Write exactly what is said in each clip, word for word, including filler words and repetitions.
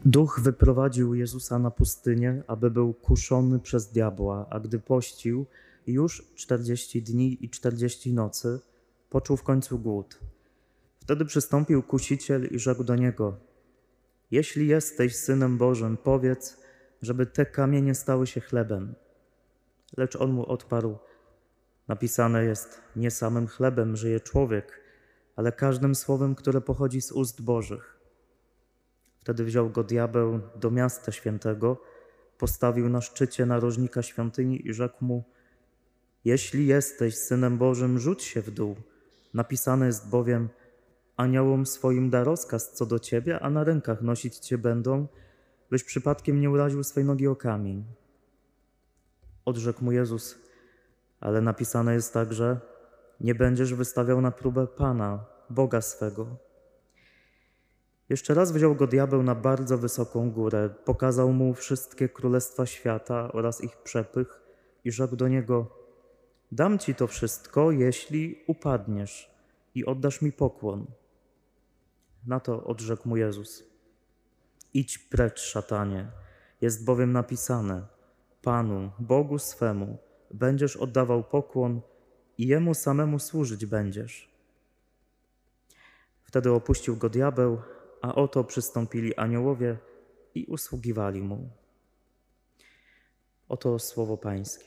Duch wyprowadził Jezusa na pustynię, aby był kuszony przez diabła, a gdy pościł już czterdzieści dni i czterdzieści nocy, poczuł w końcu głód. Wtedy przystąpił kusiciel i rzekł do niego: jeśli jesteś Synem Bożym, powiedz, żeby te kamienie stały się chlebem. Lecz on mu odparł: napisane jest, nie samym chlebem żyje człowiek, ale każdym słowem, które pochodzi z ust Bożych. Wtedy wziął go diabeł do miasta świętego, postawił na szczycie narożnika świątyni i rzekł mu: jeśli jesteś Synem Bożym, rzuć się w dół. Napisane jest bowiem, aniołom swoim da rozkaz co do ciebie, a na rękach nosić cię będą, byś przypadkiem nie uraził swej nogi o kamień. Odrzekł mu Jezus: ale napisane jest także, nie będziesz wystawiał na próbę Pana, Boga swego. Jeszcze raz wziął go diabeł na bardzo wysoką górę, pokazał mu wszystkie królestwa świata oraz ich przepych i rzekł do niego: dam ci to wszystko, jeśli upadniesz i oddasz mi pokłon. Na to odrzekł mu Jezus: idź precz, szatanie, jest bowiem napisane, Panu, Bogu swemu, będziesz oddawał pokłon i Jemu samemu służyć będziesz. Wtedy opuścił go diabeł, a oto przystąpili aniołowie i usługiwali mu. Oto słowo Pańskie.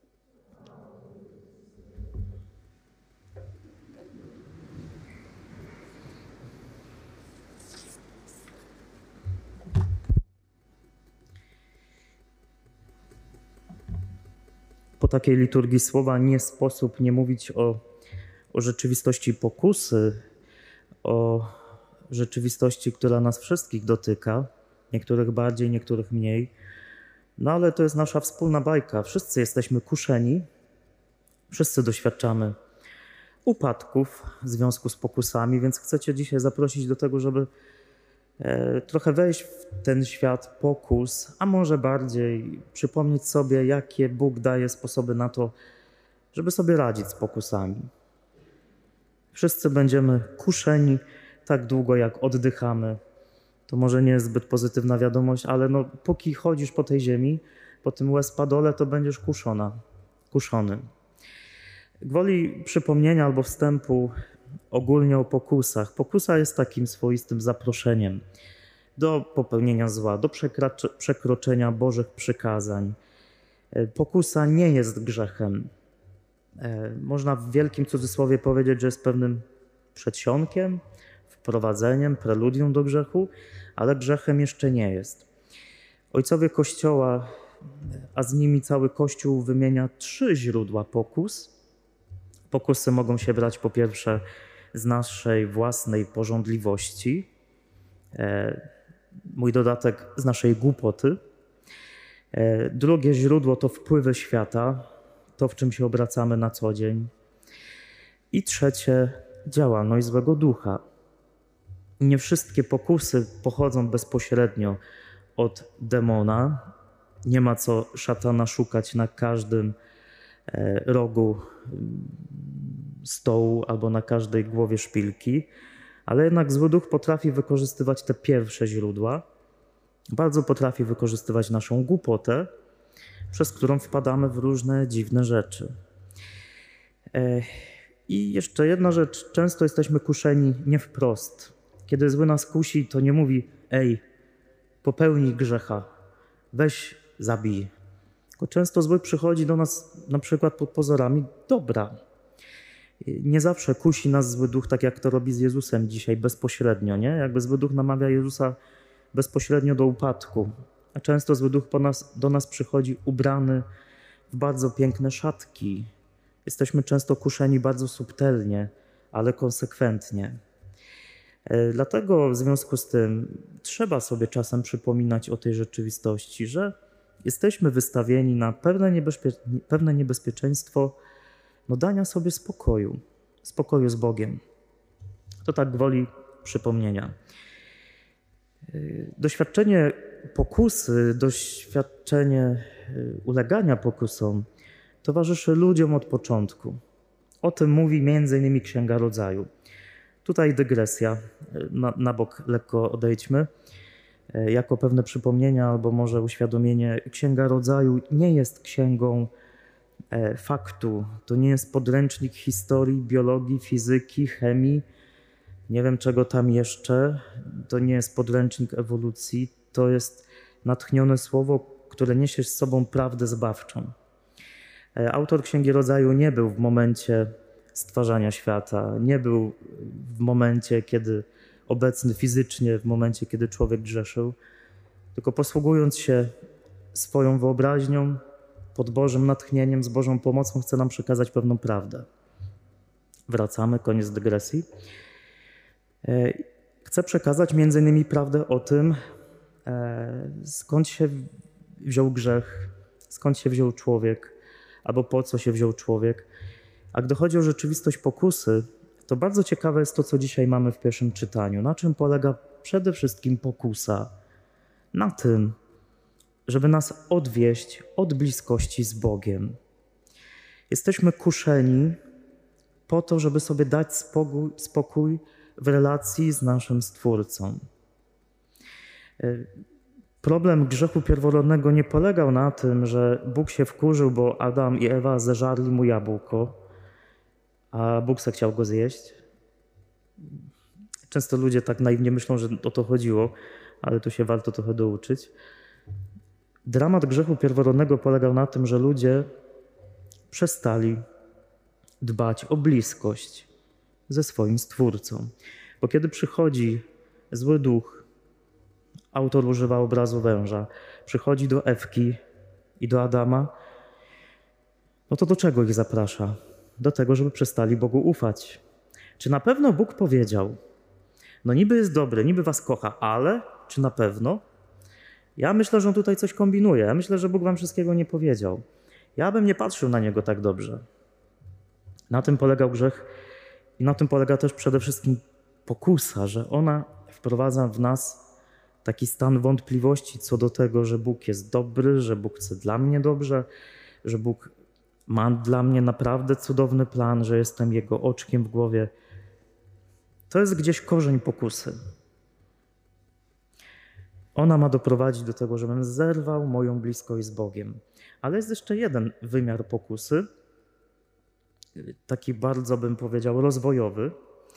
Po takiej liturgii słowa nie sposób nie mówić o, o rzeczywistości pokusy, o rzeczywistości, która nas wszystkich dotyka, niektórych bardziej, niektórych mniej. No ale to jest nasza wspólna bajka. Wszyscy jesteśmy kuszeni, wszyscy doświadczamy upadków w związku z pokusami, więc chcę Cię dzisiaj zaprosić do tego, żeby e, trochę wejść w ten świat pokus, a może bardziej przypomnieć sobie, jakie Bóg daje sposoby na to, żeby sobie radzić z pokusami. Wszyscy będziemy kuszeni tak długo, jak oddychamy. To może nie jest zbyt pozytywna wiadomość, ale no, póki chodzisz po tej ziemi, po tym łez-padole, to będziesz kuszona, kuszony. Gwoli przypomnienia albo wstępu ogólnie o pokusach. Pokusa jest takim swoistym zaproszeniem do popełnienia zła, do przekroczenia Bożych przykazań. Pokusa nie jest grzechem. Można w wielkim cudzysłowie powiedzieć, że jest pewnym przedsionkiem, wprowadzeniem, preludium do grzechu, ale grzechem jeszcze nie jest. Ojcowie Kościoła, a z nimi cały Kościół, wymienia trzy źródła pokus. Pokusy mogą się brać po pierwsze z naszej własnej pożądliwości, mój dodatek z naszej głupoty. Drugie źródło to wpływy świata, to w czym się obracamy na co dzień. I trzecie działalność złego ducha. Nie wszystkie pokusy pochodzą bezpośrednio od demona. Nie ma co szatana szukać na każdym rogu stołu albo na każdej głowie szpilki, ale jednak zły duch potrafi wykorzystywać te pierwsze źródła. Bardzo potrafi wykorzystywać naszą głupotę, przez którą wpadamy w różne dziwne rzeczy. I jeszcze jedna rzecz. Często jesteśmy kuszeni nie wprost. Kiedy zły nas kusi, to nie mówi: ej, popełnij grzecha, weź zabij. Tylko często zły przychodzi do nas na przykład pod pozorami dobra. Nie zawsze kusi nas zły duch, tak jak to robi z Jezusem dzisiaj bezpośrednio, nie? Jakby zły duch namawia Jezusa bezpośrednio do upadku. A często zły duch po nas, do nas przychodzi ubrany w bardzo piękne szatki. Jesteśmy często kuszeni bardzo subtelnie, ale konsekwentnie. Dlatego w związku z tym trzeba sobie czasem przypominać o tej rzeczywistości, że jesteśmy wystawieni na pewne, niebezpie... pewne niebezpieczeństwo no dania sobie spokoju, spokoju z Bogiem. To tak gwoli przypomnienia. Doświadczenie pokusy, doświadczenie ulegania pokusom towarzyszy ludziom od początku. O tym mówi między innymi Księga Rodzaju. Tutaj dygresja, na, na bok lekko odejdźmy. jako pewne przypomnienia albo może uświadomienie. Księga Rodzaju nie jest księgą faktu, to nie jest podręcznik historii, biologii, fizyki, chemii, nie wiem czego tam jeszcze, to nie jest podręcznik ewolucji, to jest natchnione słowo, które niesie z sobą prawdę zbawczą. Autor Księgi Rodzaju nie był w momencie stwarzania świata, nie był w momencie, kiedy obecny fizycznie, w momencie, kiedy człowiek grzeszył, tylko posługując się swoją wyobraźnią, pod Bożym natchnieniem, z Bożą pomocą chce nam przekazać pewną prawdę. Wracamy, koniec dygresji. Chcę przekazać między innymi prawdę o tym, skąd się wziął grzech, skąd się wziął człowiek, albo po co się wziął człowiek. A gdy chodzi o rzeczywistość pokusy, to bardzo ciekawe jest to, co dzisiaj mamy w pierwszym czytaniu. Na czym polega przede wszystkim pokusa? Na tym, żeby nas odwieść od bliskości z Bogiem. Jesteśmy kuszeni po to, żeby sobie dać spokój, spokój w relacji z naszym Stwórcą. Problem grzechu pierworodnego nie polegał na tym, że Bóg się wkurzył, bo Adam i Ewa zeżarli mu jabłko, a Bóg se chciał go zjeść. Często ludzie tak naiwnie myślą, że o to chodziło, ale tu się warto trochę douczyć. Dramat grzechu pierworodnego polegał na tym, że ludzie przestali dbać o bliskość ze swoim Stwórcą. Bo kiedy przychodzi zły duch, autor używa obrazu węża, przychodzi do Ewki i do Adama, no to do czego ich zaprasza? Do tego, żeby przestali Bogu ufać. Czy na pewno Bóg powiedział, no niby jest dobry, niby was kocha, ale czy na pewno? Ja myślę, że on tutaj coś kombinuje. Ja myślę, że Bóg wam wszystkiego nie powiedział. Ja bym nie patrzył na niego tak dobrze. Na tym polegał grzech i na tym polega też przede wszystkim pokusa, że ona wprowadza w nas taki stan wątpliwości co do tego, że Bóg jest dobry, że Bóg chce dla mnie dobrze, że Bóg ma dla mnie naprawdę cudowny plan, że jestem Jego oczkiem w głowie. To jest gdzieś korzeń pokusy. Ona ma doprowadzić do tego, żebym zerwał moją bliskość z Bogiem. Ale jest jeszcze jeden wymiar pokusy, taki bardzo bym powiedział rozwojowy.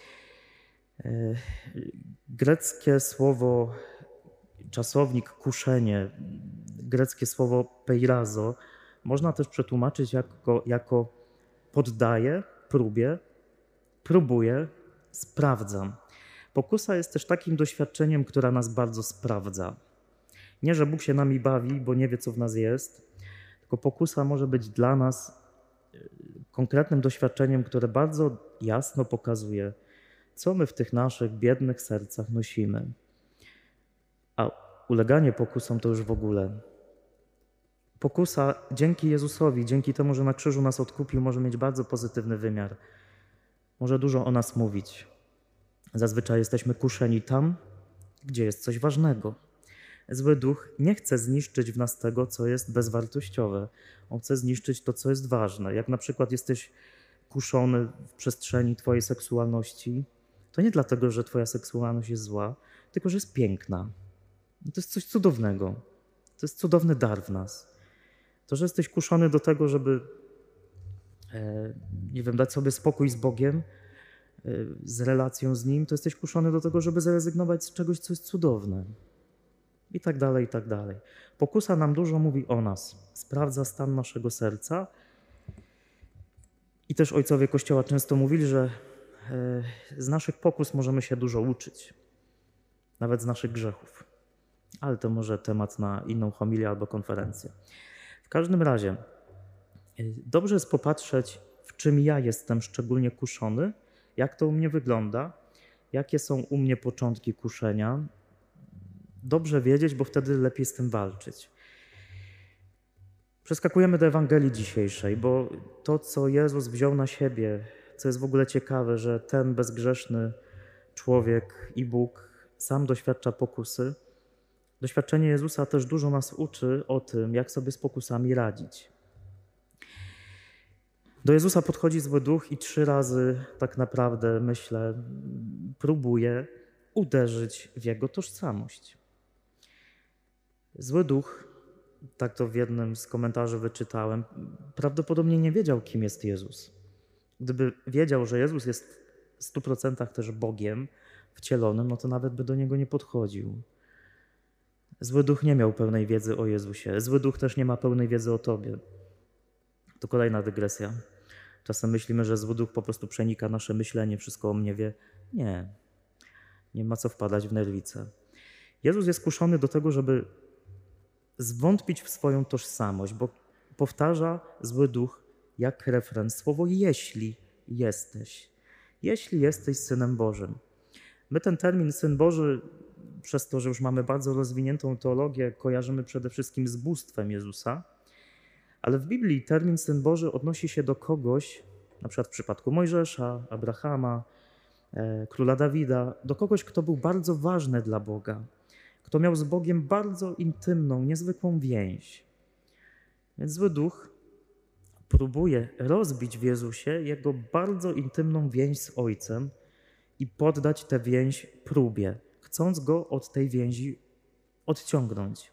Greckie słowo czasownik kuszenie, greckie słowo peirazo, można też przetłumaczyć jako, jako poddaję, próbie, próbuję, sprawdzam. Pokusa jest też takim doświadczeniem, która nas bardzo sprawdza. Nie, że Bóg się nami bawi, bo nie wie, co w nas jest, tylko pokusa może być dla nas konkretnym doświadczeniem, które bardzo jasno pokazuje, co my w tych naszych biednych sercach nosimy. A uleganie pokusom to już w ogóle. Pokusa dzięki Jezusowi, dzięki temu, że na krzyżu nas odkupił, może mieć bardzo pozytywny wymiar. Może dużo o nas mówić. Zazwyczaj jesteśmy kuszeni tam, gdzie jest coś ważnego. Zły duch nie chce zniszczyć w nas tego, co jest bezwartościowe. On chce zniszczyć to, co jest ważne. Jak na przykład jesteś kuszony w przestrzeni twojej seksualności, to nie dlatego, że twoja seksualność jest zła, tylko że jest piękna. To jest coś cudownego. To jest cudowny dar w nas. To, że jesteś kuszony do tego, żeby e, nie wiem, dać sobie spokój z Bogiem, e, z relacją z Nim, to jesteś kuszony do tego, żeby zrezygnować z czegoś, co jest cudowne. I tak dalej, i tak dalej. Pokusa nam dużo mówi o nas. Sprawdza stan naszego serca. I też ojcowie Kościoła często mówili, że e, z naszych pokus możemy się dużo uczyć. Nawet z naszych grzechów. Ale to może temat na inną homilię albo konferencję. W każdym razie dobrze jest popatrzeć, w czym ja jestem szczególnie kuszony, jak to u mnie wygląda, jakie są u mnie początki kuszenia. Dobrze wiedzieć, bo wtedy lepiej z tym walczyć. Przeskakujemy do Ewangelii dzisiejszej, bo to, co Jezus wziął na siebie, co jest w ogóle ciekawe, że ten bezgrzeszny człowiek i Bóg sam doświadcza pokusy. Doświadczenie Jezusa też dużo nas uczy o tym, jak sobie z pokusami radzić. Do Jezusa podchodzi zły duch i trzy razy tak naprawdę, myślę, próbuje uderzyć w jego tożsamość. Zły duch, tak to w jednym z komentarzy wyczytałem, prawdopodobnie nie wiedział, kim jest Jezus. Gdyby wiedział, że Jezus jest w stu procentach też Bogiem wcielonym, no to nawet by do Niego nie podchodził. Zły duch nie miał pełnej wiedzy o Jezusie. Zły duch też nie ma pełnej wiedzy o Tobie. To kolejna dygresja. Czasem myślimy, że zły duch po prostu przenika nasze myślenie, wszystko o mnie wie. Nie. Nie ma co wpadać w nerwice. Jezus jest kuszony do tego, żeby zwątpić w swoją tożsamość, bo powtarza zły duch jak refren słowo jeśli jesteś. Jeśli jesteś Synem Bożym. My ten termin Syn Boży, przez to, że już mamy bardzo rozwiniętą teologię, kojarzymy przede wszystkim z bóstwem Jezusa, ale w Biblii termin Syn Boży odnosi się do kogoś, na przykład w przypadku Mojżesza, Abrahama, e, króla Dawida, do kogoś, kto był bardzo ważny dla Boga, kto miał z Bogiem bardzo intymną, niezwykłą więź. Więc zły duch próbuje rozbić w Jezusie jego bardzo intymną więź z Ojcem i poddać tę więź próbie, chcąc go od tej więzi odciągnąć.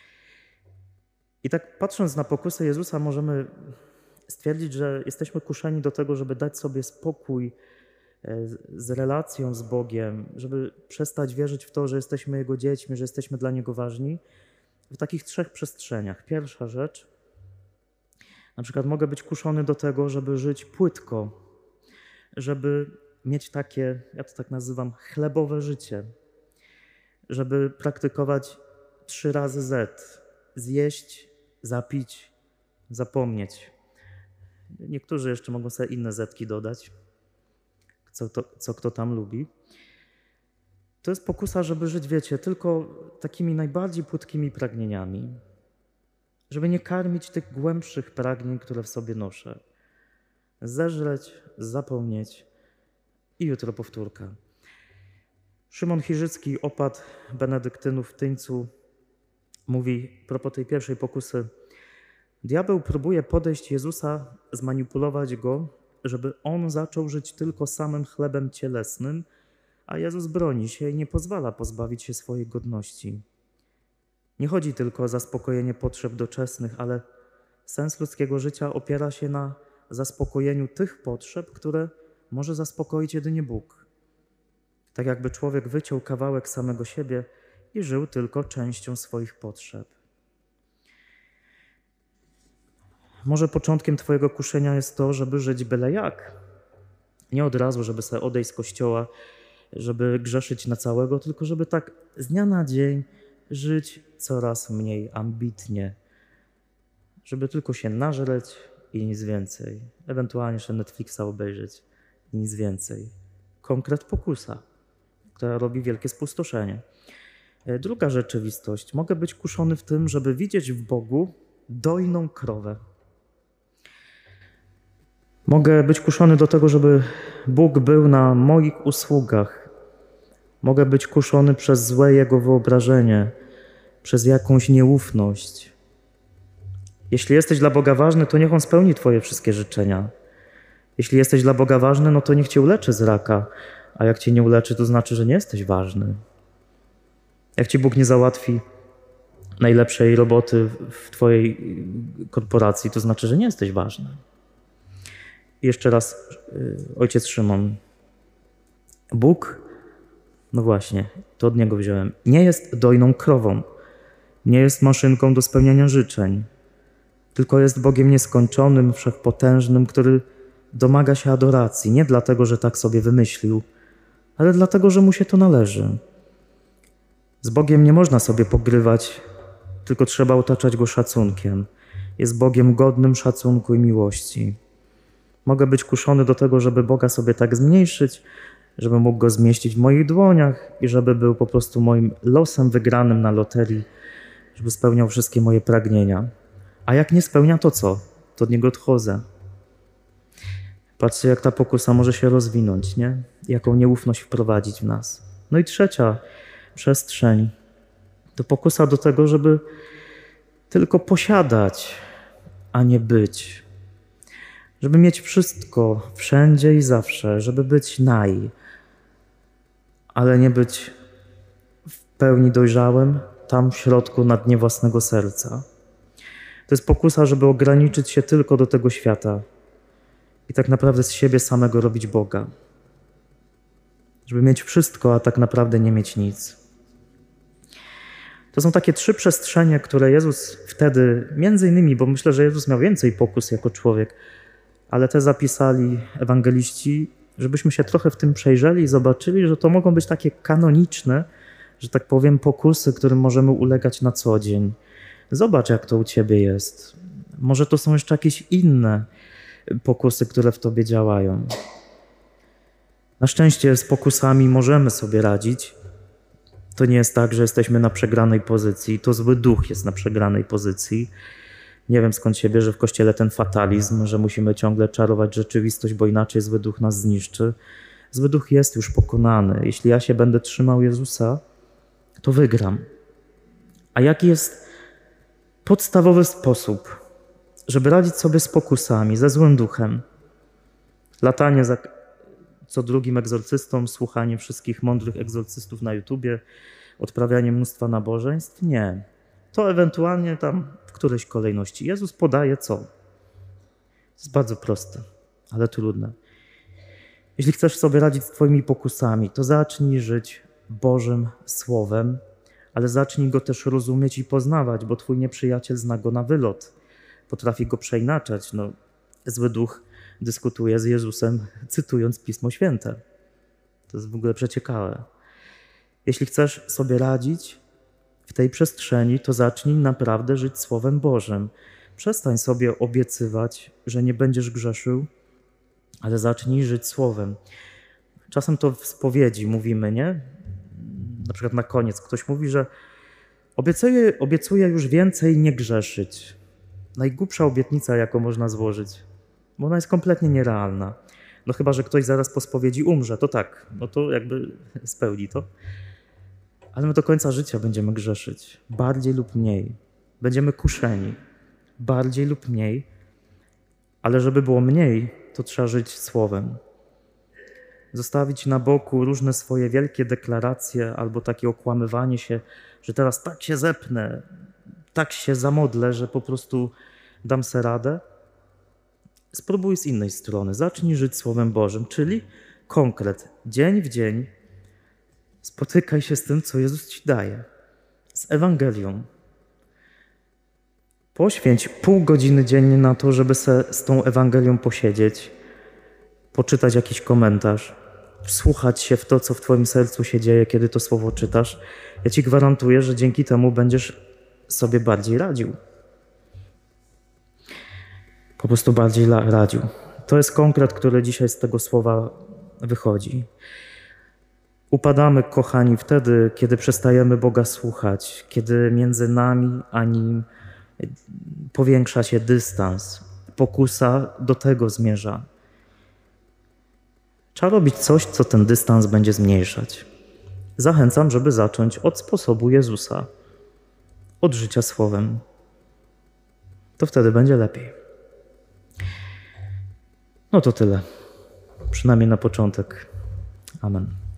I tak patrząc na pokusę Jezusa możemy stwierdzić, że jesteśmy kuszeni do tego, żeby dać sobie spokój z relacją z Bogiem, żeby przestać wierzyć w to, że jesteśmy Jego dziećmi, że jesteśmy dla Niego ważni, w takich trzech przestrzeniach. Pierwsza rzecz, na przykład mogę być kuszony do tego, żeby żyć płytko, żeby mieć takie, ja to tak nazywam, chlebowe życie, żeby praktykować trzy razy Z, zjeść, zapić, zapomnieć. Niektórzy jeszcze mogą sobie inne zetki dodać, co, to, co kto tam lubi. To jest pokusa, żeby żyć, wiecie, tylko takimi najbardziej płytkimi pragnieniami, żeby nie karmić tych głębszych pragnień, które w sobie noszę. Zeżreć, zapomnieć i jutro powtórka. Szymon Chirzycki, opat benedyktynów w Tyńcu, mówi a propos tej pierwszej pokusy: diabeł próbuje podejść Jezusa, zmanipulować Go, żeby On zaczął żyć tylko samym chlebem cielesnym, a Jezus broni się i nie pozwala pozbawić się swojej godności. Nie chodzi tylko o zaspokojenie potrzeb doczesnych, ale sens ludzkiego życia opiera się na zaspokojeniu tych potrzeb, które może zaspokoić jedynie Bóg. Tak jakby człowiek wyciął kawałek samego siebie i żył tylko częścią swoich potrzeb. Może początkiem Twojego kuszenia jest to, żeby żyć byle jak. Nie od razu, żeby sobie odejść z kościoła, żeby grzeszyć na całego, tylko żeby tak z dnia na dzień żyć coraz mniej ambitnie. Żeby tylko się nażreć i nic więcej. Ewentualnie jeszcze Netflixa obejrzeć i nic więcej. Konkret pokusa, która robi wielkie spustoszenie. Druga rzeczywistość. Mogę być kuszony w tym, żeby widzieć w Bogu dojną krowę. Mogę być kuszony do tego, żeby Bóg był na moich usługach. Mogę być kuszony przez złe Jego wyobrażenie, przez jakąś nieufność. Jeśli jesteś dla Boga ważny, to niech On spełni Twoje wszystkie życzenia. Jeśli jesteś dla Boga ważny, no to niech Cię uleczy z raka, a jak Cię nie uleczy, to znaczy, że nie jesteś ważny. Jak Ci Bóg nie załatwi najlepszej roboty w Twojej korporacji, to znaczy, że nie jesteś ważny. I jeszcze raz, ojciec Szymon. Bóg, no właśnie, to od Niego wziąłem, nie jest dojną krową, nie jest maszynką do spełniania życzeń, tylko jest Bogiem nieskończonym, wszechpotężnym, który domaga się adoracji, nie dlatego, że tak sobie wymyślił, ale dlatego, że Mu się to należy. Z Bogiem nie można sobie pogrywać, tylko trzeba otaczać Go szacunkiem. Jest Bogiem godnym szacunku i miłości. Mogę być kuszony do tego, żeby Boga sobie tak zmniejszyć, żeby mógł Go zmieścić w moich dłoniach i żeby był po prostu moim losem wygranym na loterii, żeby spełniał wszystkie moje pragnienia. A jak nie spełnia, to co? To od Niego odchodzę. Patrzcie, jak ta pokusa może się rozwinąć, nie? Jaką nieufność wprowadzić w nas. No i trzecia przestrzeń to pokusa do tego, żeby tylko posiadać, a nie być. Żeby mieć wszystko, wszędzie i zawsze, żeby być naj, ale nie być w pełni dojrzałym, tam w środku, na dnie własnego serca. To jest pokusa, żeby ograniczyć się tylko do tego świata i tak naprawdę z siebie samego robić Boga. Żeby mieć wszystko, a tak naprawdę nie mieć nic. To są takie trzy przestrzenie, które Jezus wtedy, między innymi, bo myślę, że Jezus miał więcej pokus jako człowiek, ale te zapisali ewangeliści, żebyśmy się trochę w tym przejrzeli i zobaczyli, że to mogą być takie kanoniczne, że tak powiem, pokusy, którym możemy ulegać na co dzień. Zobacz, jak to u ciebie jest. Może to są jeszcze jakieś inne pokusy, które w tobie działają. Na szczęście z pokusami możemy sobie radzić. To nie jest tak, że jesteśmy na przegranej pozycji. To zły duch jest na przegranej pozycji. Nie wiem, skąd się bierze w Kościele ten fatalizm, że musimy ciągle czarować rzeczywistość, bo inaczej zły duch nas zniszczy. Zły duch jest już pokonany. Jeśli ja się będę trzymał Jezusa, to wygram. A jaki jest podstawowy sposób, żeby radzić sobie z pokusami, ze złym duchem? Latanie za co drugim egzorcystą, słuchanie wszystkich mądrych egzorcystów na YouTubie, odprawianie mnóstwa nabożeństw? Nie. To ewentualnie tam w którejś kolejności. Jezus podaje co? To jest bardzo proste, ale trudne. Jeśli chcesz sobie radzić z twoimi pokusami, to zacznij żyć Bożym Słowem, ale zacznij go też rozumieć i poznawać, bo twój nieprzyjaciel zna go na wylot. Potrafi go przeinaczać. No, zły duch dyskutuje z Jezusem, cytując Pismo Święte. To jest w ogóle przeciekawe. Jeśli chcesz sobie radzić w tej przestrzeni, to zacznij naprawdę żyć Słowem Bożym. Przestań sobie obiecywać, że nie będziesz grzeszył, ale zacznij żyć Słowem. Czasem to w spowiedzi mówimy, nie? Na przykład na koniec ktoś mówi, że obiecuję, obiecuję już więcej nie grzeszyć. Najgłupsza obietnica, jaką można złożyć, bo ona jest kompletnie nierealna. No chyba, że ktoś zaraz po spowiedzi umrze, to tak, no to jakby spełni to. Ale my do końca życia będziemy grzeszyć, bardziej lub mniej. Będziemy kuszeni, bardziej lub mniej, ale żeby było mniej, to trzeba żyć Słowem. Zostawić na boku różne swoje wielkie deklaracje albo takie okłamywanie się, że teraz tak się zepnę, tak się zamodlę, że po prostu dam se radę. Spróbuj z innej strony. Zacznij żyć Słowem Bożym, czyli konkret, dzień w dzień spotykaj się z tym, co Jezus ci daje, z Ewangelią. Poświęć pół godziny dziennie na to, żeby se z tą Ewangelią posiedzieć, poczytać jakiś komentarz, wsłuchać się w to, co w twoim sercu się dzieje, kiedy to słowo czytasz. Ja ci gwarantuję, że dzięki temu będziesz sobie bardziej radził. Po prostu bardziej radził. To jest konkret, który dzisiaj z tego słowa wychodzi. Upadamy, kochani, wtedy, kiedy przestajemy Boga słuchać, kiedy między nami a Nim powiększa się dystans. Pokusa do tego zmierza. Trzeba robić coś, co ten dystans będzie zmniejszać. Zachęcam, żeby zacząć od sposobu Jezusa, od życia Słowem. To wtedy będzie lepiej. No to tyle. Przynajmniej na początek. Amen.